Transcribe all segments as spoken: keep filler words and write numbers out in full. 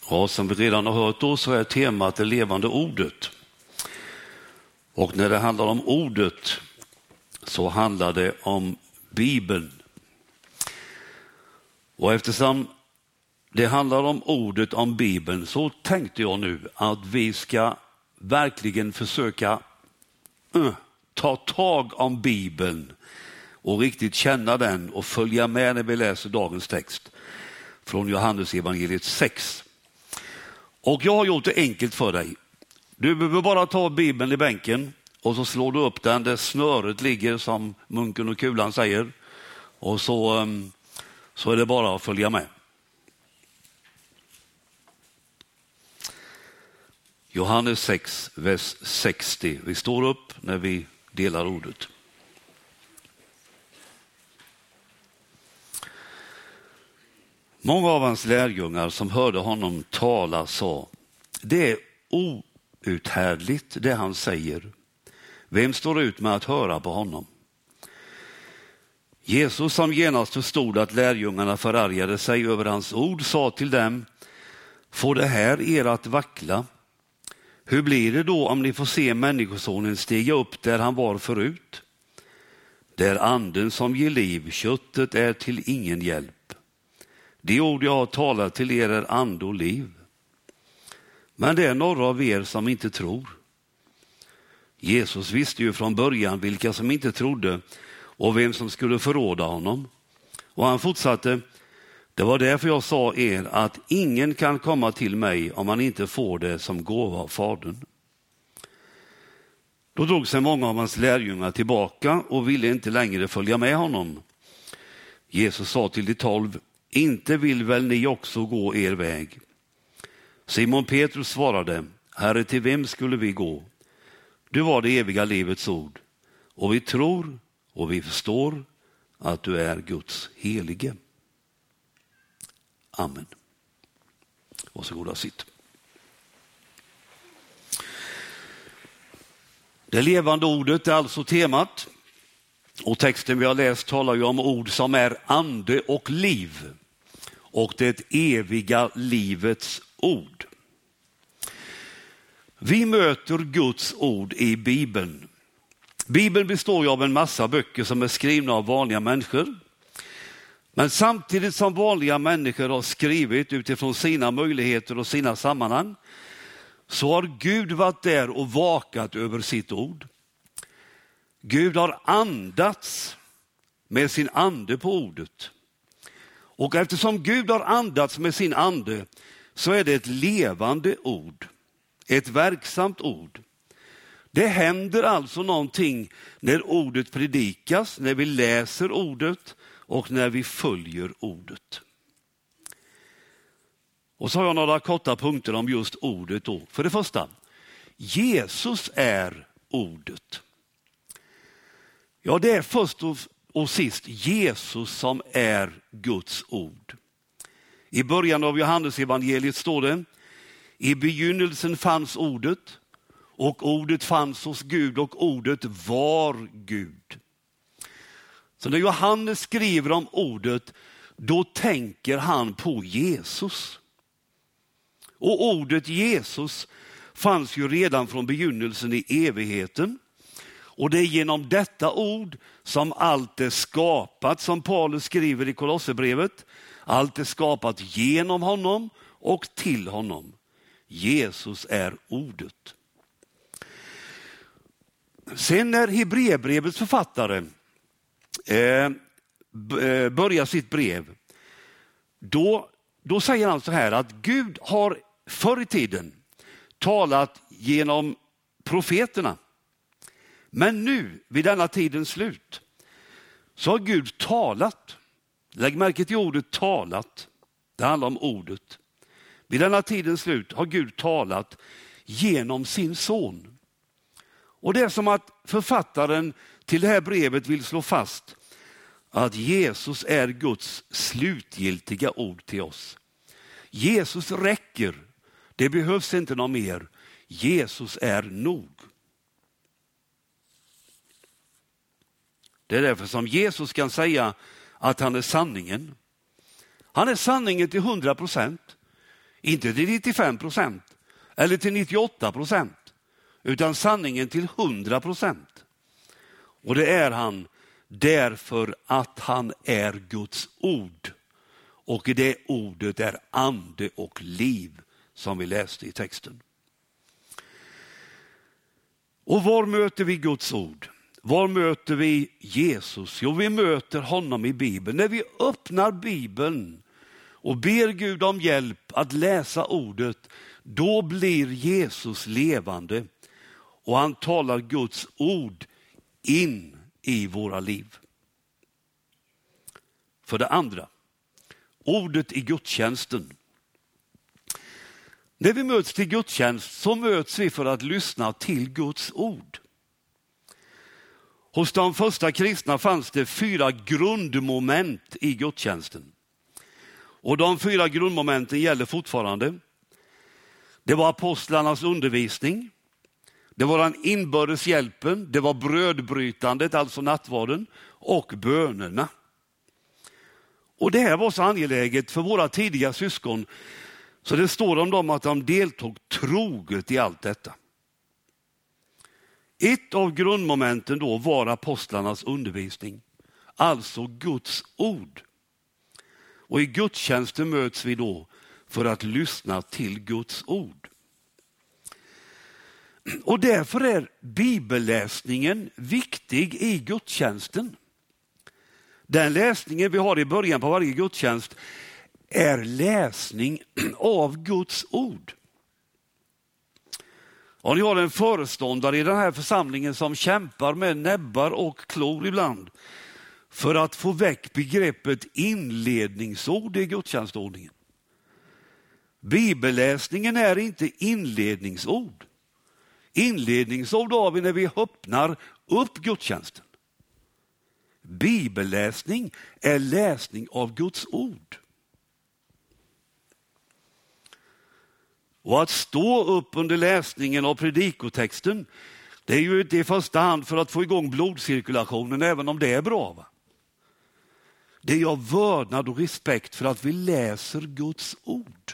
Ja, som vi redan har hört då så är temat det levande ordet. Och när det handlar om ordet så handlar det om Bibeln. Och eftersom det handlar om ordet, om Bibeln, så tänkte jag nu att vi ska verkligen försöka uh, ta tag om Bibeln och riktigt känna den och följa med när vi läser dagens text från Johannes evangeliet sex. Och jag har gjort det enkelt för dig. Du behöver bara ta Bibeln i bänken och så slår du upp den där snöret ligger, som munken och kulan säger. Och så, um, så är det bara att följa med. Johannes sex, vers sextio. Vi står upp när vi delar ordet. Många av hans lärjungar som hörde honom tala sa: det är outhärdligt det han säger. Vem står ut med att höra på honom? Jesus, som genast förstod att lärjungarna förargade sig över hans ord, sa till dem: får det här er att vackla? Hur blir det då om ni får se människosonen stiga upp där han var förut? Det är anden som ger liv, köttet är till ingen hjälp. De ord jag har talat till er är ande och liv. Men det är några av er som inte tror. Jesus visste ju från början vilka som inte trodde och vem som skulle förråda honom. Och han fortsatte: det var därför jag sa er att ingen kan komma till mig om man inte får det som gåva av Fadern. Då drog sig många av hans lärjungar tillbaka och ville inte längre följa med honom. Jesus sa till de tolv: inte vill väl ni också gå er väg? Simon Petrus svarade: Herre, till vem skulle vi gå? Du var det eviga livets ord, och vi tror och vi förstår att du är Guds helige. Amen. Varsågoda, sitt. Det levande ordet är alltså temat. Och texten vi har läst talar ju om ord som är ande och liv. Och det eviga livets ord. Vi möter Guds ord i Bibeln. Bibeln består ju av en massa böcker som är skrivna av vanliga människor. Men samtidigt som vanliga människor har skrivit utifrån sina möjligheter och sina sammanhang, så har Gud varit där och vakat över sitt ord. Gud har andats med sin ande på ordet. Och eftersom Gud har andats med sin ande så är det ett levande ord. Ett verksamt ord. Det händer alltså någonting när ordet predikas, när vi läser ordet och när vi följer ordet. Och så har jag några korta punkter om just ordet då. För det första, Jesus är ordet. Ja, det är först och sist Jesus som är Guds ord. I början av Johannes evangeliet står det: i begynnelsen fanns ordet, och ordet fanns hos Gud, och ordet var Gud. Så när Johannes skriver om ordet, då tänker han på Jesus. Och ordet Jesus fanns ju redan från begynnelsen i evigheten. Och det är genom detta ord som allt är skapat, som Paulus skriver i Kolosserbrevet. Allt är skapat genom honom och till honom. Jesus är ordet. Sen när Hebreerbrevets författare eh, börjar sitt brev, då, då säger han så här att Gud har förr i tiden talat genom profeterna. Men nu, vid denna tidens slut, så har Gud talat. Lägg märke till ordet talat. Det handlar om ordet. Vid denna tidens slut har Gud talat genom sin son. Och det är som att författaren till det här brevet vill slå fast att Jesus är Guds slutgiltiga ord till oss. Jesus räcker. Det behövs inte något mer. Jesus är nog. Det är därför som Jesus kan säga att han är sanningen. Han är sanningen till hundra procent. Inte till nittiofem procent eller till nittioåtta procent, utan sanningen till hundra procent. Och det är han därför att han är Guds ord. Och i det ordet är ande och liv, som vi läste i texten. Och var möter vi Guds ord? Var möter vi Jesus? Jo, vi möter honom i Bibeln. När vi öppnar Bibeln och ber Gud om hjälp att läsa ordet, då blir Jesus levande och han talar Guds ord in i våra liv. För det andra, ordet i gudstjänsten. När vi möts till gudstjänst så möts vi för att lyssna till Guds ord. Hos de första kristna fanns det fyra grundmoment i gudstjänsten. Och de fyra grundmomenten gäller fortfarande. Det var apostlarnas undervisning. Det var den inbördes hjälpen. Det var brödbrytandet, alltså nattvarden. Och bönerna. Och det här var så angeläget för våra tidiga syskon. Så det står om dem att de deltog troget i allt detta. Ett av grundmomenten då var apostlarnas undervisning. Alltså Guds ord. Och i gudstjänsten möts vi då för att lyssna till Guds ord. Och därför är bibelläsningen viktig i gudstjänsten. Den läsningen vi har i början på varje gudstjänst är läsning av Guds ord. Och ni har en föreståndare i den här församlingen som kämpar med näbbar och klor ibland för att få väck begreppet inledningsord i gudstjänstordningen. Bibelläsningen är inte inledningsord. Inledningsord har vi när vi öppnar upp gudstjänsten. Bibelläsning är läsning av Guds ord. Och att stå upp under läsningen av predikotexten, det är ju inte i första hand för att få igång blodcirkulationen, även om det är bra, va? Det är av vördnad och respekt för att vi läser Guds ord.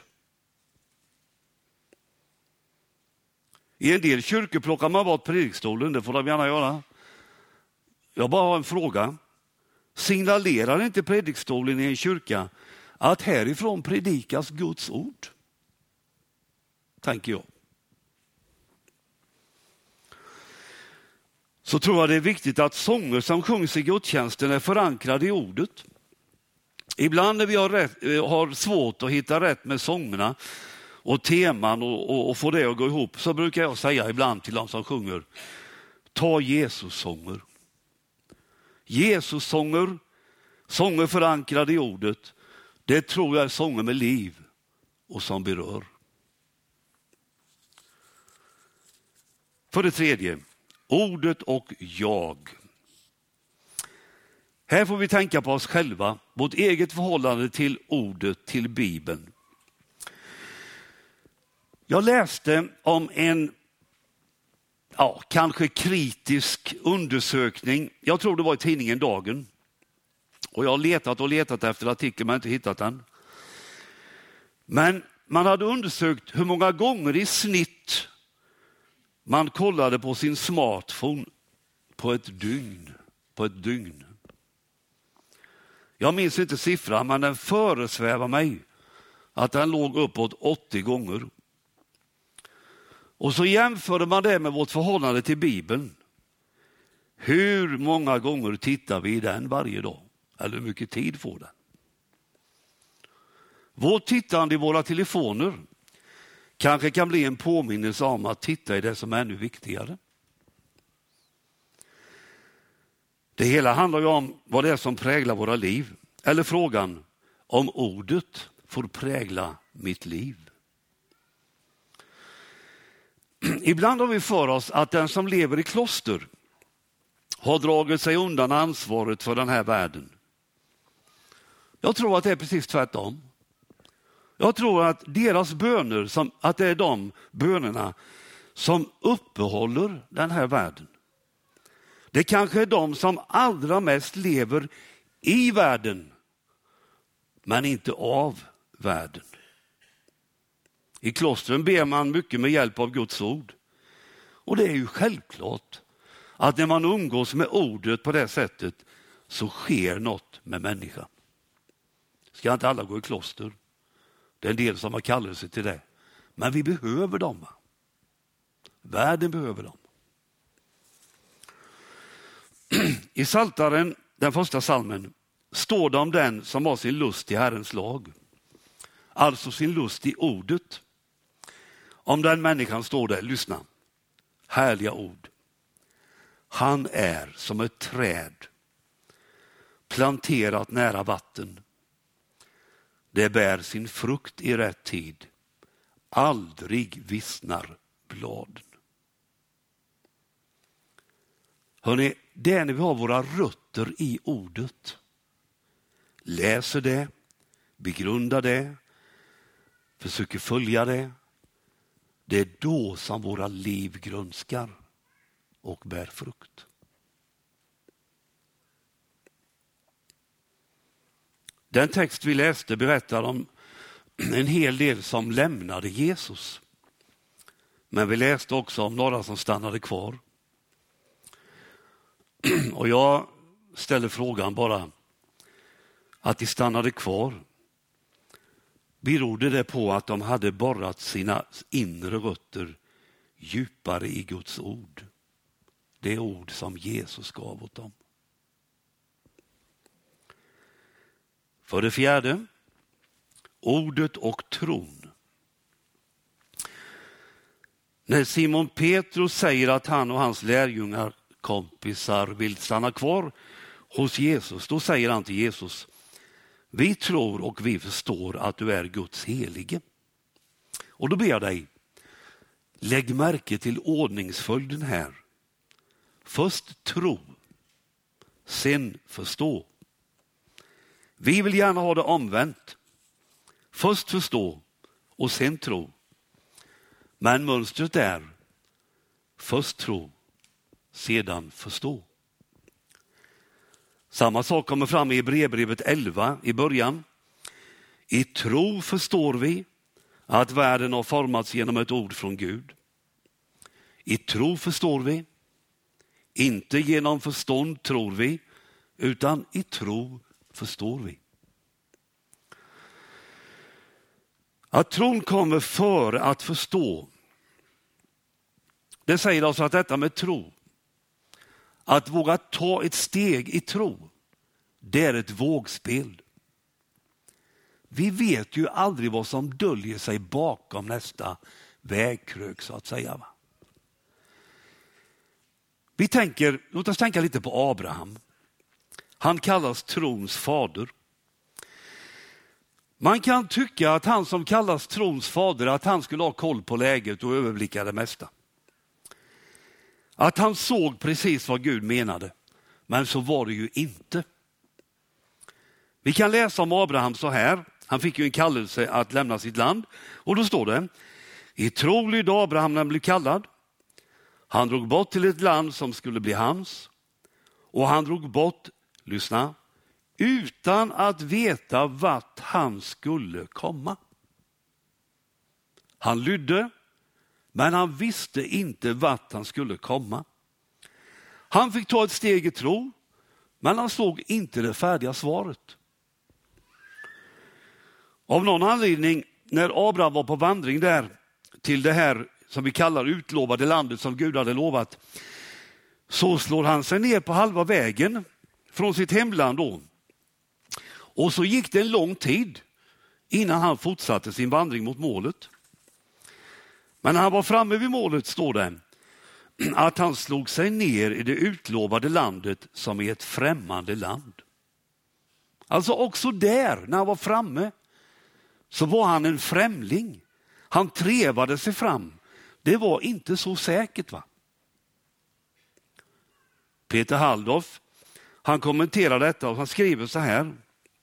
I en del kyrkor plockar man bort predikstolen, det får de gärna göra. Jag bara har en fråga. Signalerar inte predikstolen i en kyrka att härifrån predikas Guds ord? Tänker jag. Så tror jag det är viktigt att sånger som sjungs i gudstjänsten är förankrade i ordet. Ibland när vi har, rätt, har svårt att hitta rätt med sångerna och teman och, och, och få det att gå ihop, så brukar jag säga ibland till de som sjunger: ta Jesus-sånger. Jesus-sånger, sånger förankrade i ordet, det tror jag är sånger med liv och som berör. För det tredje, ordet och jag. Här får vi tänka på oss själva, vårt eget förhållande till ordet, till Bibeln. Jag läste om en ja, kanske kritisk undersökning. Jag tror det var i tidningen Dagen. Och jag har letat och letat efter artikeln men inte hittat den. Men man hade undersökt hur många gånger i snitt man kollade på sin smartphone på ett dygn. På ett dygn. Jag minns inte siffran, men den föresvävar mig att den låg uppåt åttio gånger. Och så jämförde man det med vårt förhållande till Bibeln. Hur många gånger tittar vi i den varje dag? Eller hur mycket tid får den? Vårt tittande i våra telefoner kanske kan bli en påminnelse om att titta i det som är ännu viktigare. Det hela handlar ju om vad det är som präglar våra liv. Eller frågan om ordet får prägla mitt liv. Ibland har vi för oss att den som lever i kloster har dragit sig undan ansvaret för den här världen. Jag tror att det är precis tvärtom. Jag tror att deras böner, som, att det är de bönerna som uppehåller den här världen. Det kanske är de som allra mest lever i världen, men inte av världen. I klostren ber man mycket med hjälp av Guds ord. Och det är ju självklart att när man umgås med ordet på det sättet så sker något med människan. Ska inte alla gå i kloster? Det är en del som har kallelse till det. Men vi behöver dem. Världen behöver dem. I Psaltaren, den första psalmen, står det om den som har sin lust i Herrens lag. Alltså sin lust i ordet. Om den människan står det, lyssna. Härliga ord. Han är som ett träd planterat nära vatten. Det bär sin frukt i rätt tid. Aldrig vissnar bladen. Hörrni, det är när vi har våra rötter i ordet. Läser det, begrundar det, försöker följa det. Det är då som våra liv grönskar och bär frukt. Den text vi läste berättar om en hel del som lämnade Jesus. Men vi läste också om några som stannade kvar. Och jag ställer frågan bara, att de stannade kvar, berodde det på att de hade borrat sina inre rötter djupare i Guds ord? Det ord som Jesus gav åt dem. För det fjärde, ordet och tron. När Simon Petrus säger att han och hans lärjungar, kompisar, vill stanna kvar hos Jesus, då säger han till Jesus: vi tror och vi förstår att du är Guds helige. Och då ber jag dig, lägg märke till ordningsföljden här. Först tro, sen förstå. Vi vill gärna ha det omvänt. Först förstå och sen tro. Men mönstret är först tro, sedan förstå. Samma sak kommer fram i Hebreerbrevet elva i början. I tro förstår vi att världen har formats genom ett ord från Gud. I tro förstår vi, inte genom förstånd tror vi, utan i tro förstår vi. Att tron kommer före att förstå. Det säger alltså att detta med tro, att våga ta ett steg i tro, det är ett vågspel. Vi vet ju aldrig vad som döljer sig bakom nästa vägkrök, så att säga. Va? Vi tänker, låt oss tänka lite på Abraham. Han kallas trons fader. Man kan tycka att han som kallas trons fader, att han skulle ha koll på läget och överblicka det mesta. Att han såg precis vad Gud menade. Men så var det ju inte. Vi kan läsa om Abraham så här. Han fick ju en kallelse att lämna sitt land. Och då står det: i tro lydde Abraham när han blev kallad. Han drog bort till ett land som skulle bli hans. Och han drog bort, lyssna, utan att veta vart han skulle komma. Han lydde, men han visste inte vart han skulle komma. Han fick ta ett steg i tro, men han såg inte det färdiga svaret. Av någon anledning, när Abraham var på vandring där till det här som vi kallar utlovade landet som Gud hade lovat, så slår han sig ner på halva vägen från sitt hemland då. Och så gick det en lång tid innan han fortsatte sin vandring mot målet. Men när han var framme vid målet står det att han slog sig ner i det utlovade landet som är ett främmande land. Alltså också där, när han var framme, så var han en främling. Han trevade sig fram. Det var inte så säkert, va? Peter Halldorf, han kommenterar detta och han skriver så här: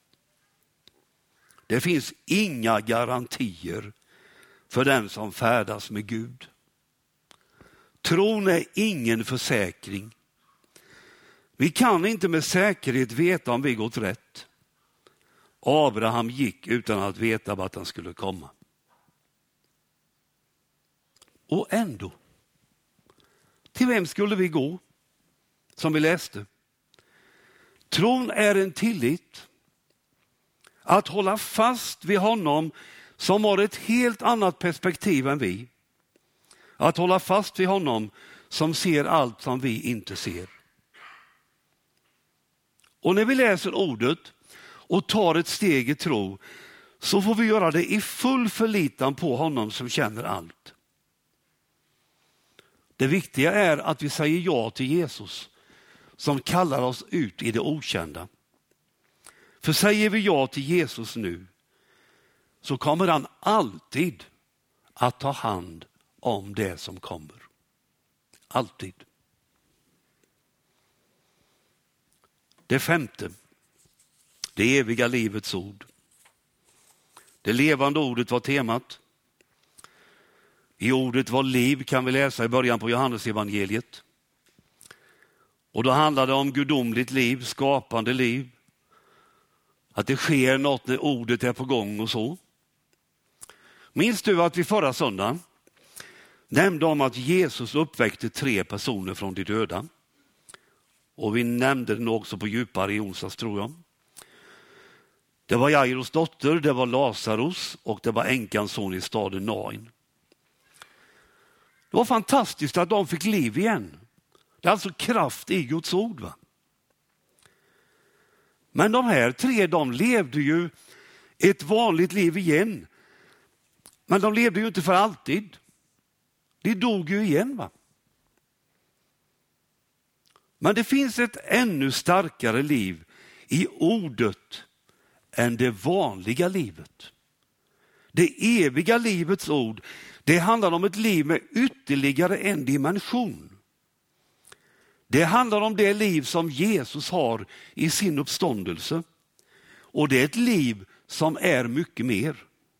det finns inga garantier för den som färdas med Gud. Tron är ingen försäkring. Vi kan inte med säkerhet veta om vi gått rätt. Abraham gick utan att veta vart han skulle komma. Och ändå, till vem skulle vi gå? Som vi läste. Tron är en tillit. Att hålla fast vid honom som har ett helt annat perspektiv än vi. Att hålla fast vid honom som ser allt som vi inte ser. Och när vi läser ordet och tar ett steg i tro, så får vi göra det i full förlitan på honom som känner allt. Det viktiga är att vi säger ja till Jesus som kallar oss ut i det okända. För säger vi ja till Jesus nu, så kommer han alltid att ta hand om det som kommer. Alltid. Det femte, det eviga livets ord. Det levande ordet var temat. I ordet var liv, kan vi läsa i början på Johannes evangeliet. Och då handlar det om gudomligt liv, skapande liv. Att det sker något när ordet är på gång och så. Minns du att vi förra söndagen nämnde om att Jesus uppväckte tre personer från de döda? Och vi nämnde den också på djupare i onsdags, tror jag. Det var Jairus dotter, det var Lazarus och det var änkans son i staden Nain. Det var fantastiskt att de fick liv igen. Det är alltså kraft i Guds ord, va? Men de här tre, de levde ju ett vanligt liv igen. Men de levde ju inte för alltid. De dog ju igen, va? Men det finns ett ännu starkare liv i ordet än det vanliga livet. Det eviga livets ord, det handlar om ett liv med ytterligare en dimension. Det handlar om det liv som Jesus har i sin uppståndelse. Och det är ett liv som är mycket mer.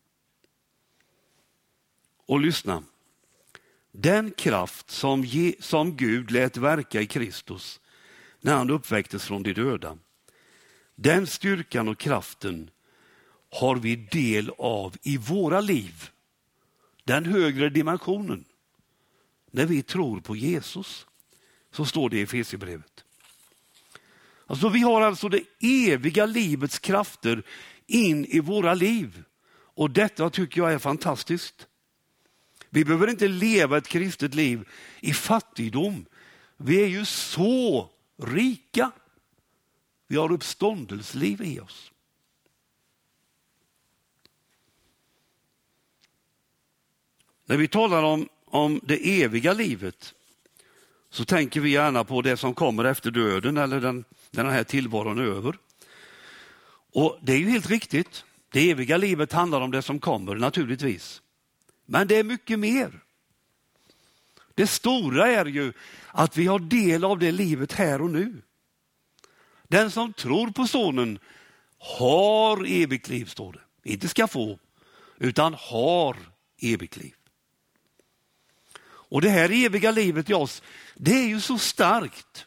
Och lyssna. Den kraft som, ge, som Gud lät verka i Kristus när han uppväcktes från de döda. Den styrkan och kraften har vi del av i våra liv. Den högre dimensionen. När vi tror på Jesus. Så står det i Efesierbrevet. Alltså vi har alltså det eviga livets krafter in i våra liv. Och detta tycker jag är fantastiskt. Vi behöver inte leva ett kristet liv i fattigdom. Vi är ju så rika. Vi har uppståndelseliv i oss. När vi talar om, om det eviga livet, så tänker vi gärna på det som kommer efter döden eller den, den här tillvaron är över. Och det är ju helt riktigt. Det eviga livet handlar om det som kommer, naturligtvis. Men det är mycket mer. Det stora är ju att vi har del av det livet här och nu. Den som tror på sonen har evigt liv, står det. Inte ska få, utan har evigt liv. Och det här eviga livet i oss, det är ju så starkt.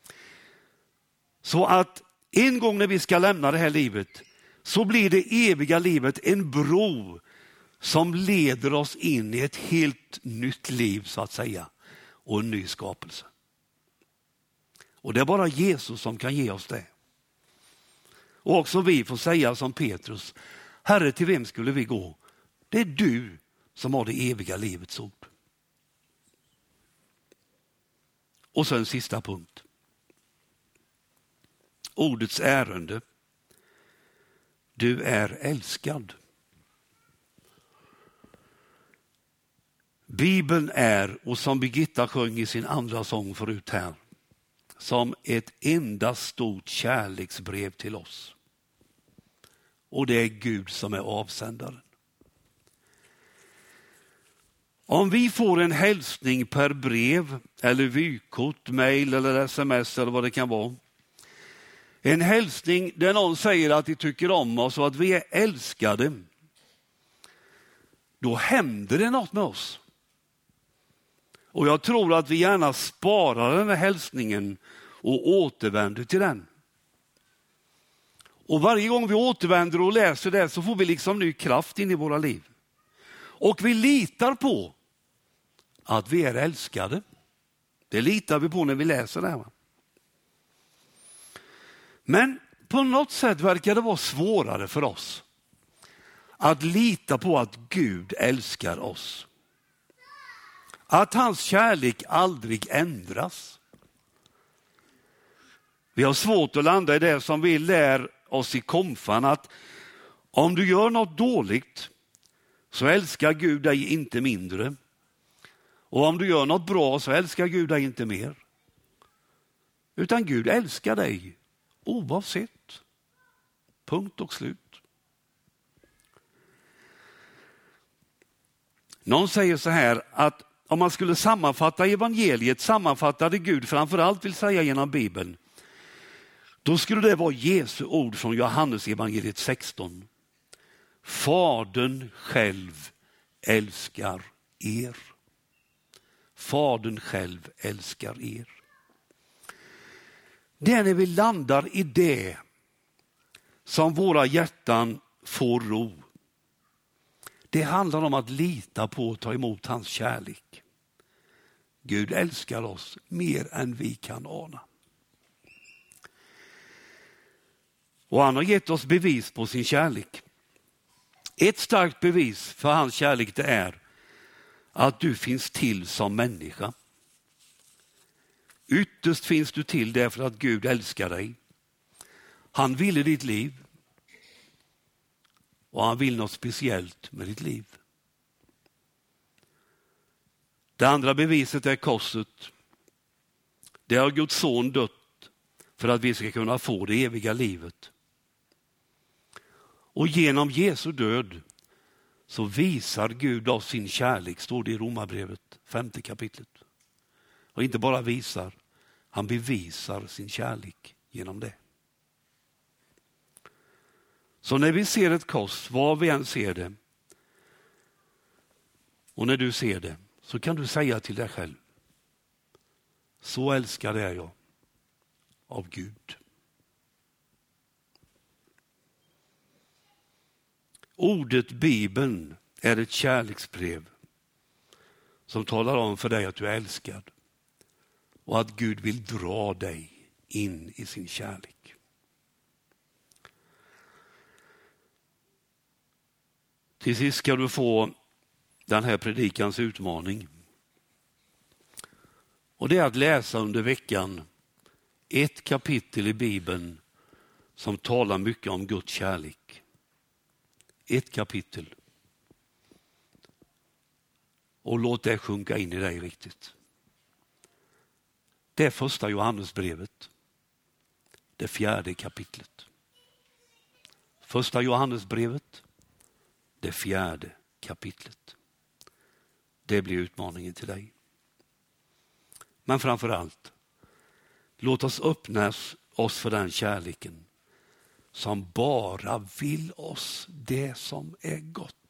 Så att en gång när vi ska lämna det här livet, så blir det eviga livet en bro som leder oss in i ett helt nytt liv, så att säga. Och en ny skapelse. Och det är bara Jesus som kan ge oss det. Och också vi får säga som Petrus: Herre, till vem skulle vi gå? Det är du som har det eviga livets ord. Och så en sista punkt. Ordets ärende. Du är älskad. Bibeln är, och som Birgitta sjöng i sin andra sång förut här, som ett enda stort kärleksbrev till oss. Och det är Gud som är avsändaren. Om vi får en hälsning per brev eller vykort, mejl eller sms eller vad det kan vara. En hälsning där någon säger att de tycker om oss och att vi är älskade. Då händer det något med oss. Och jag tror att vi gärna sparar den här hälsningen och återvänder till den. Och varje gång vi återvänder och läser det, så får vi liksom ny kraft in i våra liv. Och vi litar på att vi är älskade. Det litar vi på när vi läser det här. Men på något sätt verkar det vara svårare för oss att lita på att Gud älskar oss. Att hans kärlek aldrig ändras. Vi har svårt att landa i det som vi lär oss i konfan, att om du gör något dåligt så älskar Gud dig inte mindre. Och om du gör något bra så älskar Gud dig inte mer. Utan Gud älskar dig oavsett. Punkt och slut. Någon säger så här att om man skulle sammanfatta evangeliet, sammanfattade Gud framförallt vill säga genom Bibeln, då skulle det vara Jesu ord från Johannes evangeliet sexton. Fadern själv älskar er. Fadern själv älskar er. Det är när vi landar i det som våra hjärtan får ro. Det handlar om att lita på och ta emot hans kärlek. Gud älskar oss mer än vi kan ana. Och han har gett oss bevis på sin kärlek. Ett starkt bevis för hans kärlek det är att du finns till som människa. Ytterst finns du till därför att Gud älskar dig. Han ville ditt liv. Och han vill något speciellt med ditt liv. Det andra beviset är korset. Det har Guds son dött för att vi ska kunna få det eviga livet. Och genom Jesu död så visar Gud oss sin kärlek, står det i Romarbrevet, femte kapitlet. Och inte bara visar, han bevisar sin kärlek genom det. Så när vi ser ett kors, var vi än ser det, och när du ser det, så kan du säga till dig själv, så älskad är jag av Gud. Ordet Bibeln är ett kärleksbrev som talar om för dig att du är älskad och att Gud vill dra dig in i sin kärlek. Till sist ska du få den här predikans utmaning. Och det är att läsa under veckan ett kapitel i Bibeln som talar mycket om Guds kärlek. Ett kapitel. Och låt det sjunka in i dig riktigt. Det är första Johannesbrevet. Det fjärde kapitlet. Första Johannesbrevet. Det fjärde kapitlet. Det blir utmaningen till dig. Men framför allt, låt oss öppna oss för den kärleken som bara vill oss det som är gott.